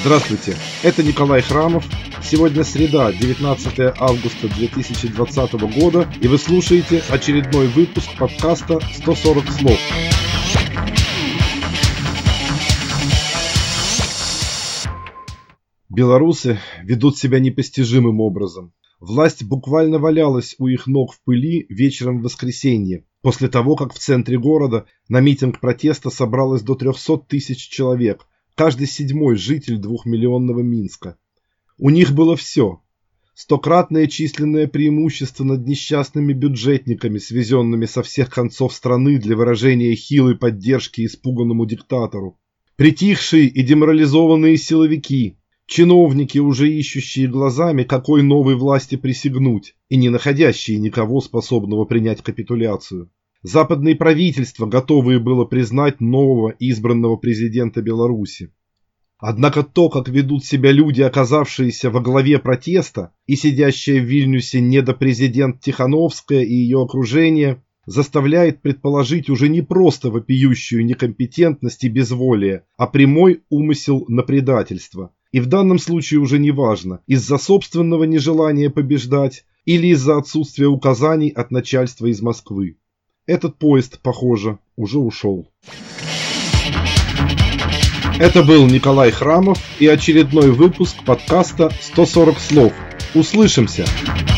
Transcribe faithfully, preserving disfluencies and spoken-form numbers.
Здравствуйте, это Николай Храмов. Сегодня среда, девятнадцатое августа две тысячи двадцатого года, и вы слушаете очередной выпуск подкаста сто сорок слов. Белорусы ведут себя непостижимым образом. Власть буквально валялась у их ног в пыли вечером в воскресенье, после того, как в центре города на митинг протеста собралось до трехсот тысяч человек, каждый седьмой житель двухмиллионного Минска. У них было все. Стократное численное преимущество над несчастными бюджетниками, свезенными со всех концов страны для выражения хилой поддержки испуганному диктатору. Притихшие и деморализованные силовики, чиновники, уже ищущие глазами, какой новой власти присягнуть, и не находящие никого, способного принять капитуляцию. Западные правительства, готовые было признать нового избранного президента Беларуси. Однако то, как ведут себя люди, оказавшиеся во главе протеста, и сидящая в Вильнюсе недопрезидент Тихановская и ее окружение, заставляет предположить уже не просто вопиющую некомпетентность и безволие, а прямой умысел на предательство. И в данном случае уже не важно, из-за собственного нежелания побеждать или из-за отсутствия указаний от начальства из Москвы. Этот поезд, похоже, уже ушел. Это был Николай Храмов и очередной выпуск подкаста сто сорок слов. Услышимся!